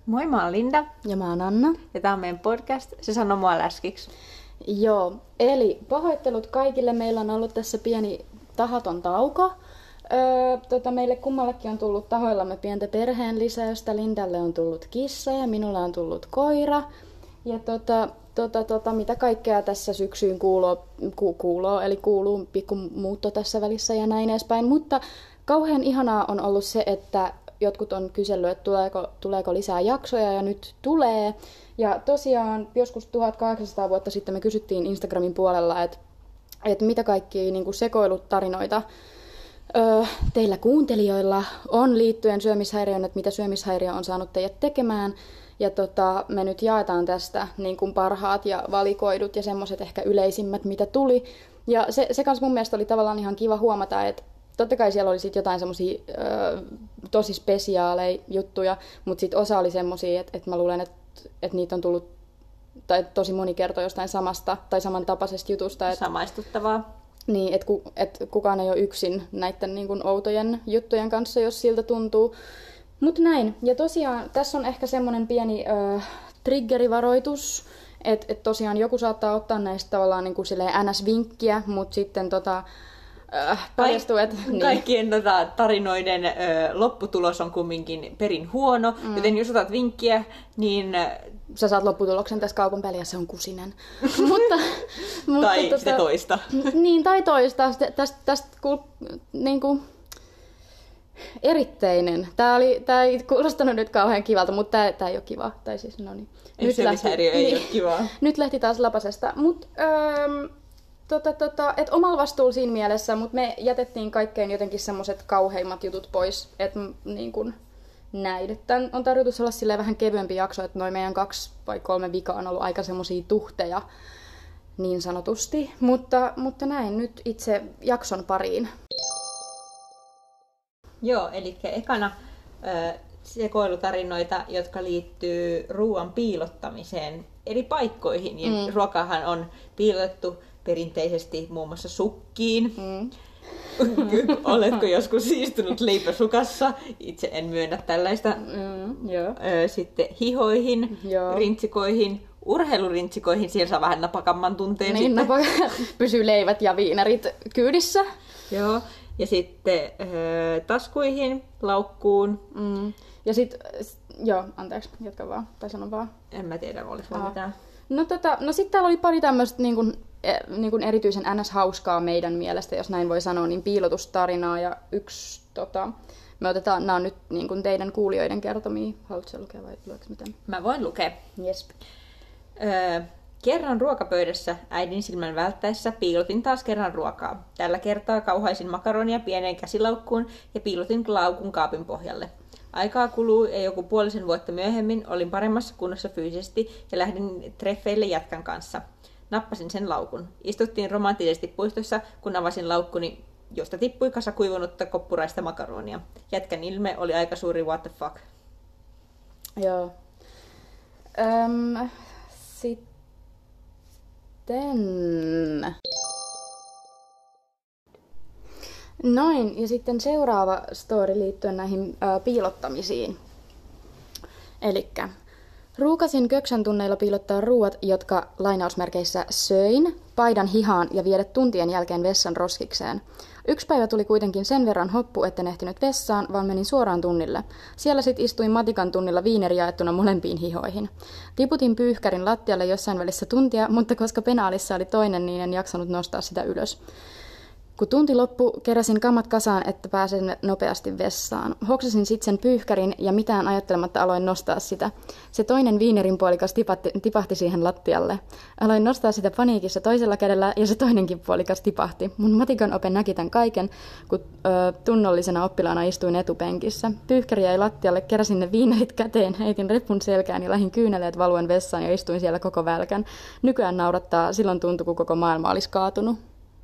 Moi, mä oon Linda. Ja mä oon Anna. Ja tää on meidän podcast. Se sanoo mua läskiksi. Joo, eli pahoittelut kaikille. Meillä on ollut tässä pieni tahaton tauko. Meille kummallekin on tullut tahoillamme pientä perheen lisäystä. Lindalle on tullut kissa ja minulla on tullut koira. Ja mitä kaikkea tässä syksyyn kuuluu pikku muutto tässä välissä ja näin edespäin. Mutta kauhean ihanaa on ollut se, että jotkut on kysellyt, että tuleeko lisää jaksoja, ja nyt tulee. Ja tosiaan joskus 1800 vuotta sitten me kysyttiin Instagramin puolella, että mitä kaikkia niin kuin sekoilutarinoita teillä kuuntelijoilla on liittyen syömishäiriöön, että mitä syömishäiriö on saanut teidät tekemään. Ja me nyt jaetaan tästä niin kuin parhaat ja valikoidut ja semmoiset ehkä yleisimmät, mitä tuli. Ja se kanssa mun mielestä oli tavallaan ihan kiva huomata, että totta kai siellä oli sit jotain semmosia tosi spesiaaleja juttuja, mutta sitten osa oli semmosia, että mä luulen, että niitä on tullut, tai tosi moni kertoo jostain samasta tai samantapaisesta jutusta. Samaistuttavaa. Niin, että kukaan ei ole yksin näiden niin kuin outojen juttujen kanssa, jos siltä tuntuu. Mutta näin. Ja tosiaan tässä on ehkä semmoinen pieni triggerivaroitus, että tosiaan joku saattaa ottaa näistä tavallaan niin kuin NS-vinkkiä, mutta sitten paljastuu, että kaikkien tarinoiden lopputulos on kumminkin perin huono, joten jos otat vinkkiä, niin sä saat lopputuloksen tässä kaupan päälle ja se on kusinen. Tai sitä toista. Niin, tai toista. Tästä niinku eritteinen. Tää ei kuulostanut nyt kauhean kivalta, mutta tää ei ole kiva. Tai siis, no niin. Ei ole kivaa. Nyt lähti taas lapasesta. Mut et omalla vastuulla siinä mielessä, mutta me jätettiin kaikkein jotenkin semmoset kauheimmat jutut pois, että niin kun näin. Tän on tarkoitus olla silleen vähän kevyempi jakso, että noin meidän 2 vai 3 vikaa on ollut aika semmosia tuhteja niin sanotusti, mutta näin nyt itse jakson pariin. Joo, eli ekana sekoilutarinoita, jotka liittyy ruoan piilottamiseen eri paikkoihin. Ja ruokahan on piilotettu perinteisesti muun muassa sukkiin. Oletko joskus istunut leipäsukassa? Itse en myönnä tällaista. Sitten hihoihin, rintsikoihin, urheilurintsikoihin. Siellä saa vähän napakamman tunteen. Niin, pysyy leivät ja viinerit kyydissä. Joo. Ja sitten taskuihin, laukkuun. Ja sitten, anteeksi, jatka vaan, tai sano vaan. En mä tiedä, oliko mitään. No sitten täällä oli pari tämmöistä niin kuin erityisen NS-hauskaa meidän mielestä, jos näin voi sanoa, niin piilotustarinaa. Ja yksi, me otetaan, nämä on nyt niin kuin teidän kuulijoiden kertomia. Haluatko lukea vai lueeko miten? Mä voin lukea. Yes. Kerran ruokapöydässä äidin silmän välttäessä piilotin taas kerran ruokaa. Tällä kertaa kauhaisin makaronia pieneen käsilaukkuun ja piilotin laukun kaapin pohjalle. Aikaa kuluu ja joku puolisen vuotta myöhemmin olin paremmassa kunnossa fyysisesti ja lähdin treffeille jätkän kanssa. Nappasin sen laukun. Istuttiin romanttisesti puistossa, kun avasin laukkuni, josta tippui kasa kuivunutta koppuraista makaronia. Jätkän ilme oli aika suuri what the fuck. Joo. Sitten noin, ja sitten seuraava story liittyen näihin piilottamisiin. Elikkä ruukasin köksän tunneilla piilottaa ruuat, jotka lainausmerkeissä söin, paidan hihaan ja viedä tuntien jälkeen vessan roskikseen. Yksi päivä tuli kuitenkin sen verran hoppu, etten ehtinyt vessaan, vaan menin suoraan tunnille. Siellä sit istuin matikan tunnilla viineri jaettuna molempiin hihoihin. Tiputin pyyhkärin lattialle jossain välissä tuntia, mutta koska penaalissa oli toinen, niin en jaksanut nostaa sitä ylös. Kun tunti loppui, keräsin kamat kasaan, että pääsen nopeasti vessaan. Hoksasin sitten sen pyyhkärin ja mitään ajattelematta aloin nostaa sitä. Se toinen viinerin puolikas tipahti siihen lattialle. Aloin nostaa sitä paniikissa toisella kädellä ja se toinenkin puolikas tipahti. Mun matikan ope näki tämän kaiken, kun tunnollisena oppilaana istuin etupenkissä. Pyyhkäri jäi lattialle, keräsin ne viinerit käteen, heitin repun selkään ja lähdin kyyneleet valuen vessaan ja istuin siellä koko välkän. Nykyään naurattaa, silloin tuntui, kun koko maailma olisi kaatunut.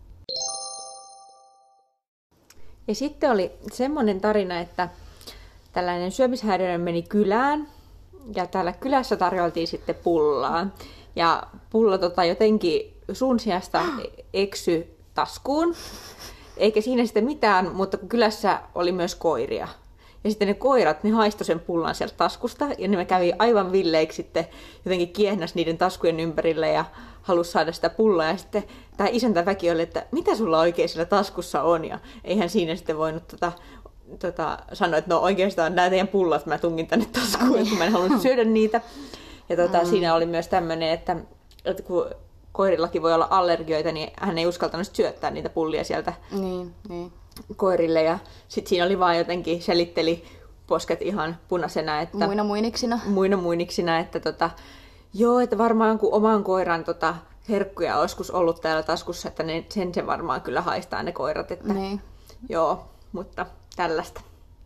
Ja sitten oli semmoinen tarina, että tällainen syömishäiriöinen meni kylään ja täällä kylässä tarjoltiin sitten pullaa. Ja pullo jotenkin suun sijasta eksy taskuun, eikä siinä sitten mitään, mutta kun kylässä oli myös koiria. Ja sitten ne koirat, ne haistoi sen pullan sieltä taskusta. Ja ne kävi aivan villeiksi sitten, jotenkin kiehnäs niiden taskujen ympärille ja halusi saada sitä pullaa. Ja sitten tämä isäntäväki oli, että mitä sulla oikein siellä taskussa on? Ja eihän siinä sitten voinut sanoa, että no oikeastaan nämä teidän pullat mä tungin tänne taskuun, kun mä en halunnut syödä niitä. Ja siinä oli myös tämmöinen, että kun koirillakin voi olla allergioita, niin hän ei uskaltanut syöttää niitä pullia sieltä Niin. koirille. Ja sitten siinä oli vaan jotenkin, selitteli posket ihan punaisena. Että, muina muiniksina. Että joo, että varmaan kun oman koiran herkkuja on joskus ollut täällä taskussa, että sen varmaan kyllä haistaa ne koirat. Että, niin. Joo, mutta tällaista.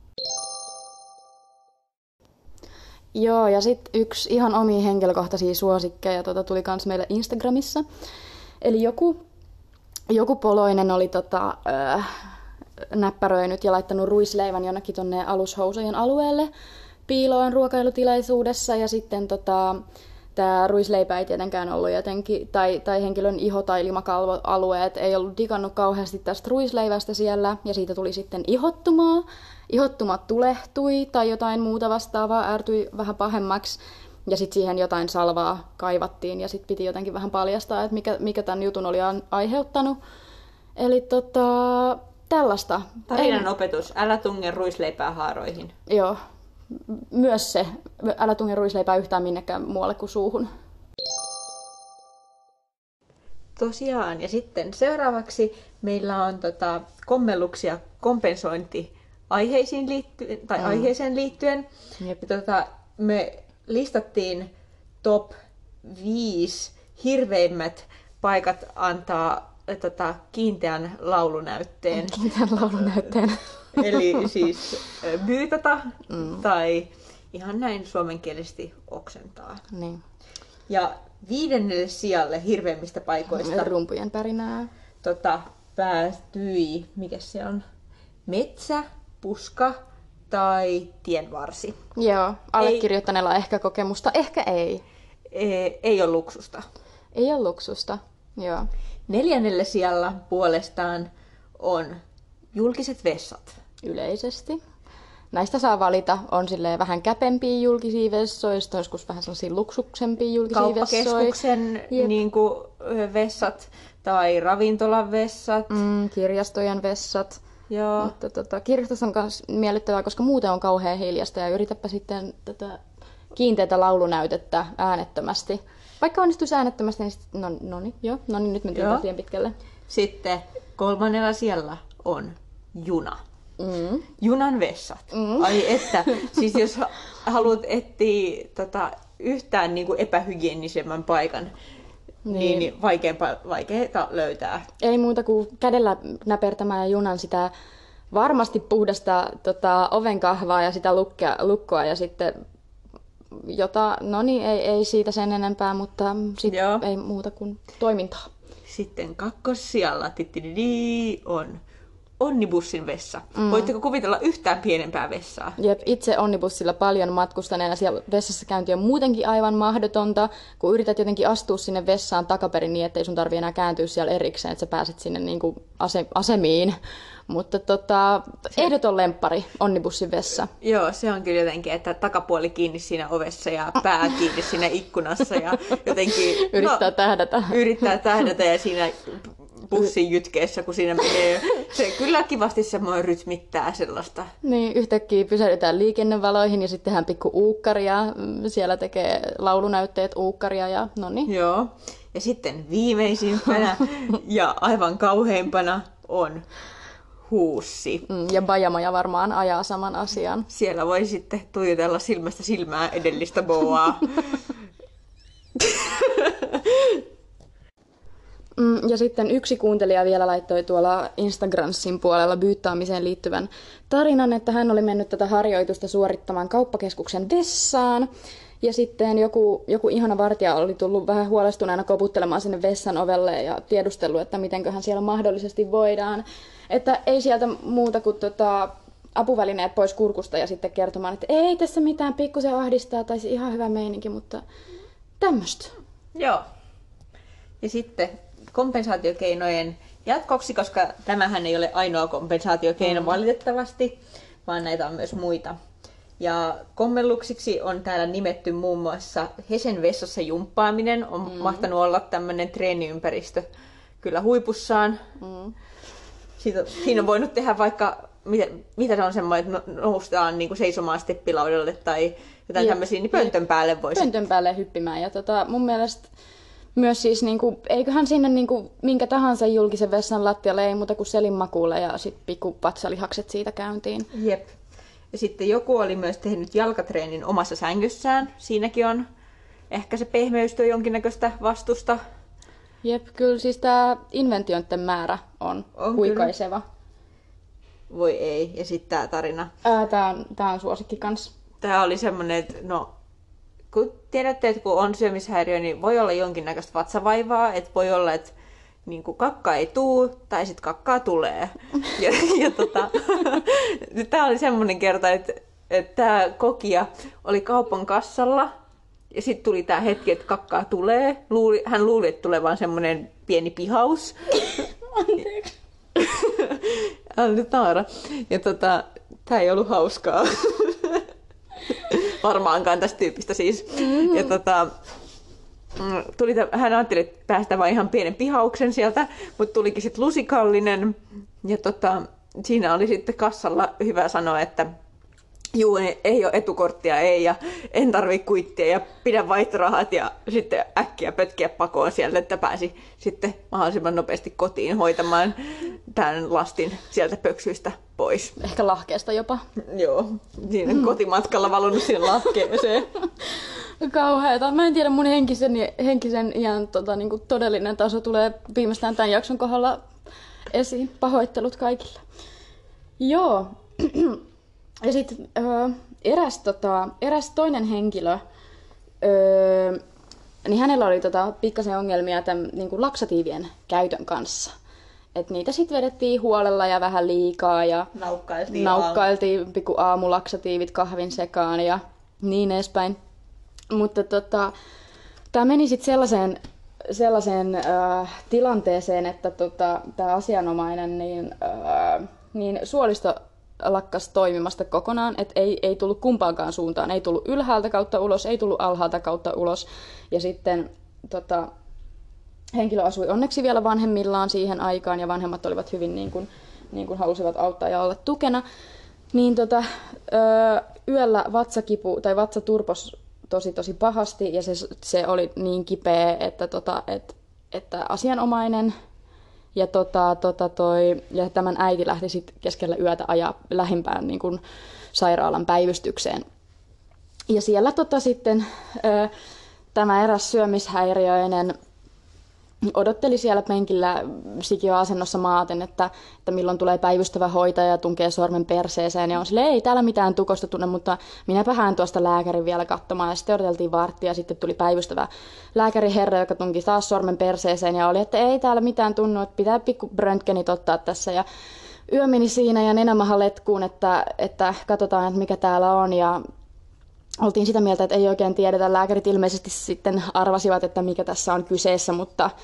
Joo, ja sitten yksi ihan omia henkilökohtaisia suosikkeja tuli kans meille Instagramissa. Eli joku poloinen oli näppäröinyt ja laittanut ruisleivän jonnekin tonne alushousujen alueelle piiloon ruokailutilaisuudessa. Ja sitten tämä ruisleipä ei tietenkään ollut jotenkin, tai henkilön iho- tai limakalvoalueet ei ollut digannut kauheasti tästä ruisleivästä siellä, ja siitä tuli sitten ihottumaa. Ihottumat tulehtui tai jotain muuta vastaavaa, ärtyi vähän pahemmaksi, ja sitten siihen jotain salvaa kaivattiin, ja sitten piti jotenkin vähän paljastaa, että mikä tämän jutun oli aiheuttanut. Eli tällaista. Tarinan opetus, älä tunge ruisleipää haaroihin. Joo. Myös se, älä tunge ruisleipää yhtään minnekään muualle kuin suuhun. Tosiaan, ja sitten seuraavaksi meillä on kommelluksia kompensointiaiheisiin aiheeseen liittyen. Ja, me listattiin top 5 hirveimmät paikat antaa kiinteän laulunäytteen. Kiinteän laulunäytteen. Eli siis byytata tai ihan näin suomenkielisesti oksentaa. Niin. Ja 5. sijalle hirveimmistä paikoista rumpujen pärinää. Päätyi, mikä se on? Metsä, puska tai tienvarsi. Joo, allekirjoittaneella ehkä kokemusta, ehkä ei. Ei ole luksusta. Ei ole luksusta, joo. 4. sijalla puolestaan on julkiset vessat. Yleisesti. Näistä saa valita. On silleen vähän käpempiä julkisia vessoja, sitten joskus vähän sellaisia luksuksempia julkisia vessoja. Kauppakeskuksen vessat tai ravintolan vessat. Kirjastojen vessat. Joo. Mutta kirjastossa on myös miellyttävää, koska muuten on kauhean hiljasta ja yritäpä sitten tätä kiinteätä laulunäytettä äänettömästi. Vaikka onnistuisi äänettömästi, niin nyt mentiin liian pitkälle. Sitten 3. sijalla on juna. Junan vessat. Ai että, siis jos haluat etsiä yhtään epähygienisemmän paikan, niin vaikeaa löytää. Ei muuta kuin kädellä näpertämään junan sitä varmasti puhdasta ovenkahvaa ja sitä lukkoa ja sitten ei siitä sen enempää, mutta ei muuta kuin toimintaa. Sitten 2. sijalla on Onnibussin vessa. Voitteko kuvitella yhtään pienempää vessaa? Jep, itse Onnibussilla paljon matkustaneena siellä vessassa käynti on muutenkin aivan mahdotonta, kun yrität jotenkin astua sinne vessaan takaperin niin, ettei sun tarvitse enää kääntyä siellä erikseen, että sä pääset sinne niinku asemiin. Mutta ehdoton lemppari, Onnibussin vessa. Joo, se on kyllä jotenkin, että takapuoli kiinni siinä ovessa ja pää kiinni siinä ikkunassa ja jotenkin Yrittää tähdätä ja siinä bussin jytkeessä, kun siinä menee. Se kyllä kivasti semmoinen rytmittää sellaista. Niin, yhtäkkiä pysähdytään liikennevaloihin ja sitten tehdään pikku uukkaria. Siellä tekee laulunäytteet uukkaria ja noniin. Joo. Ja sitten viimeisimpänä ja aivan kauheimpana on huussi. Ja bajamaja varmaan ajaa saman asian. Siellä voi sitten tuijotella silmästä silmää edellistä boaa. Ja sitten yksi kuuntelija vielä laittoi tuolla Instagramsin puolella byyttämiseen liittyvän tarinan, että hän oli mennyt tätä harjoitusta suorittamaan kauppakeskuksen vessaan. Ja sitten joku ihana vartija oli tullut vähän huolestuneena koputtelemaan sinne vessan ovelle ja tiedustellut, että mitenköhän siellä mahdollisesti voidaan. Että ei sieltä muuta kuin apuvälineet pois kurkusta ja sitten kertomaan, että ei tässä mitään, pikkusen ahdistaa, tai ihan hyvä meininki, mutta tämmöistä. Joo. Ja sitten kompensaatiokeinojen jatkoksi, koska tämähän ei ole ainoa kompensaatiokeino valitettavasti, vaan näitä on myös muita. Ja kommelluksiksi on täällä nimetty muun muassa Hesen vessassa jumppaaminen. On mahtanut olla tämmöinen treeniympäristö kyllä huipussaan. Siinä on voinut tehdä vaikka, mitä se on semmoinen, että noustaan niin kuin seisomaan steppilaudalle tai jotain tämmöisiä, niin pöntön päälle voisi. Pöntön päälle hyppimään. Ja mun mielestä myös siis, eiköhän sinne minkä tahansa julkisen vessan lattialle ei muuta kuin selinmakuulle ja sitten pikku vatsalihakset siitä käyntiin. Jep. Ja sitten joku oli myös tehnyt jalkatreenin omassa sängyssään. Siinäkin on ehkä se pehmeystyö jonkinnäköistä vastusta. Jep, kyllä siis tämä inventioiden määrä on huikaiseva. Kyllä. Voi ei. Ja sitten tämä tarina. Tämä on suosikki kans. Tämä oli semmoinen, että kun tiedätte, että kun on syömishäiriö, niin voi olla jonkinnäköistä vatsavaivaa. Että voi olla, että niin kuin kakka ei tuu, tai sitten kakkaa tulee. Tämä oli semmoinen kerta, että tämä kokija oli kaupan kassalla, ja sitten tuli tämä hetki, että kakkaa tulee. Hän luuli, että tulee vaan semmoinen pieni pihaus. Anteeksi. Älä nyt naura. Ja tämä ei ollut hauskaa. Varmaankaan tästä tyypistä siis. Ja hän ajatteli, että päästään vain ihan pienen pihauksen sieltä, mutta tulikin sitten lusikallinen. Ja siinä oli sitten kassalla hyvä sanoa, että juu, ei ole etukorttia, ei, ja en tarvitse kuittia, ja pidä vaihtorahat, ja sitten äkkiä pötkiä pakoon sieltä, että pääsi sitten mahdollisimman nopeasti kotiin hoitamaan tämän lastin sieltä pöksyistä pois. Ehkä lahkeesta jopa. Joo, siinä kotimatkalla valunut sinne lahkeeseen. Kauheeta. Mä en tiedä, mun henkisen iän niinku todellinen taso tulee viimeistään tämän jakson kohdalla esiin. Pahoittelut kaikille. Joo. Ja sitten eräs toinen henkilö, niin hänellä oli pikkasen ongelmia tämän niinku laksatiivien käytön kanssa. Et niitä sitten vedettiin huolella ja vähän liikaa ja naukkailtiin pikku aamulaksatiivit kahvin sekaan ja niin edespäin. Mutta tämä meni sitten sellaiseen tilanteeseen, että tämä asianomainen niin suolisto lakkas toimimasta kokonaan, että ei tullut kumpaankaan suuntaan, ei tullut ylhäältä kautta ulos, ei tullut alhaalta kautta ulos. Ja sitten henkilö asui onneksi vielä vanhemmillaan siihen aikaan ja vanhemmat olivat hyvin niin kuin halusivat auttaa ja olla tukena. Niin yöllä vatsakipu tai vatsa turpos tosi pahasti ja se oli niin kipeä, että asianomainen ja, ja tämän äiti lähti sitten keskellä yötä ajaa lähimpään niin kuin sairaalan päivystykseen. Ja siellä sitten tämä eräs syömishäiriöinen odotteli siellä penkillä sikiöasennossa maaten, että milloin tulee päivystävä hoitaja ja tunkee sormen perseeseen. Ja on silleen, ei täällä mitään tukosta tunne, mutta minäpä hän tuosta lääkärin vielä katsomaan. Ja sitten odoteltiin varttia ja sitten tuli päivystävä lääkäriherra, joka tunki taas sormen perseeseen. Ja oli, että ei täällä mitään tunnu, että pitää pikku röntgenit ottaa tässä. Ja yö meni siinä ja nenämaha letkuun, että katsotaan, että mikä täällä on. Ja oltiin sitä mieltä, että ei oikein tiedetä. Lääkärit ilmeisesti sitten arvasivat, että mikä tässä on kyseessä,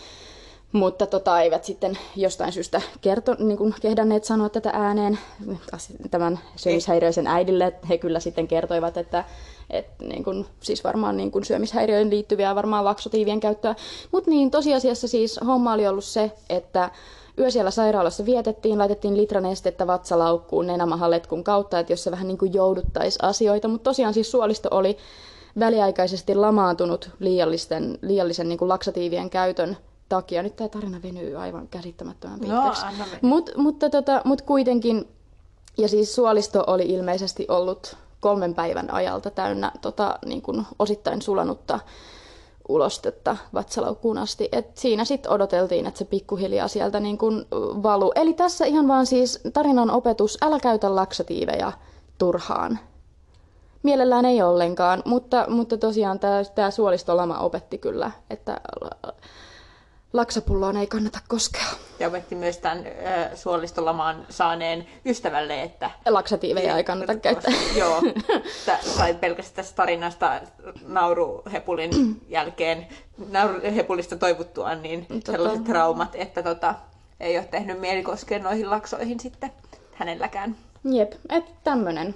mutta eivät sitten jostain syystä kehdänneet sanoa tätä ääneen tämän syömishäiriöisen äidille. Että he kyllä sitten kertoivat, että niin kuin, siis varmaan niin kuin syömishäiriöön liittyviä varmaan laksatiivien käyttöä. Mutta niin, tosiasiassa siis homma oli ollut se, että yö siellä sairaalassa vietettiin, laitettiin litran estettä vatsalaukkuun nenämahan letkun kautta, että jos se vähän niin kuin jouduttaisi asioita. Mutta tosiaan siis suolisto oli väliaikaisesti lamaantunut liiallisen niin kuin laksatiivien käytön takia. Nyt tämä tarina venyy aivan käsittämättömän pitkäksi. Mutta kuitenkin, ja siis suolisto oli ilmeisesti ollut 3 päivän ajalta täynnä niin kuin osittain sulanutta ulostetta vatsalaukkuun asti. Et siinä sitten odoteltiin, että se pikkuhiljaa sieltä niin kuin valuu. Eli tässä ihan vaan siis tarinan opetus, älä käytä laksatiiveja turhaan. Mielellään ei ollenkaan, mutta tosiaan tämä suolistolama opetti kyllä, että laksapulloon ei kannata koskea. Ja opetti myös tämän suolistolamaan saaneen ystävälle, että laksatiiveja ei kannata käyttää. Joo, sai pelkästään tästä tarinasta nauruhepulin jälkeen, nauruhepulista toivuttuaan, niin sellaiset traumat, että ei ole tehnyt mieli koskea noihin laksoihin sitten hänelläkään. Jep, et tämmönen.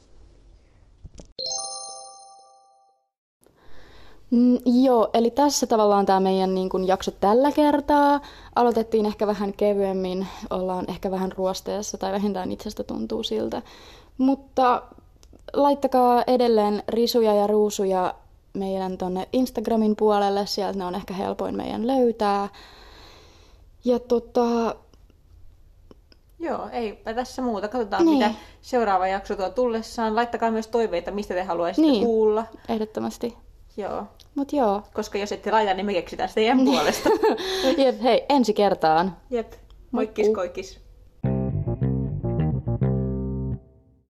Joo, eli tässä tavallaan tämä meidän niin kun, jakso tällä kertaa. Aloitettiin ehkä vähän kevyemmin, ollaan ehkä vähän ruosteessa tai vähintään itsestä tuntuu siltä. Mutta laittakaa edelleen risuja ja ruusuja meidän tonne Instagramin puolelle, sieltä ne on ehkä helpoin meidän löytää. Ja Joo, eipä tässä muuta. Katsotaan, Niin. mitä seuraava jakso tuo tullessaan. Laittakaa myös toiveita, mistä te haluaisitte kuulla. ehdottomasti. Joo, Mut joo. koska jos ette laita, niin me keksitään sitä teidän puolesta. Jep, hei, ensi kertaan. Jep, moikkis koikkis.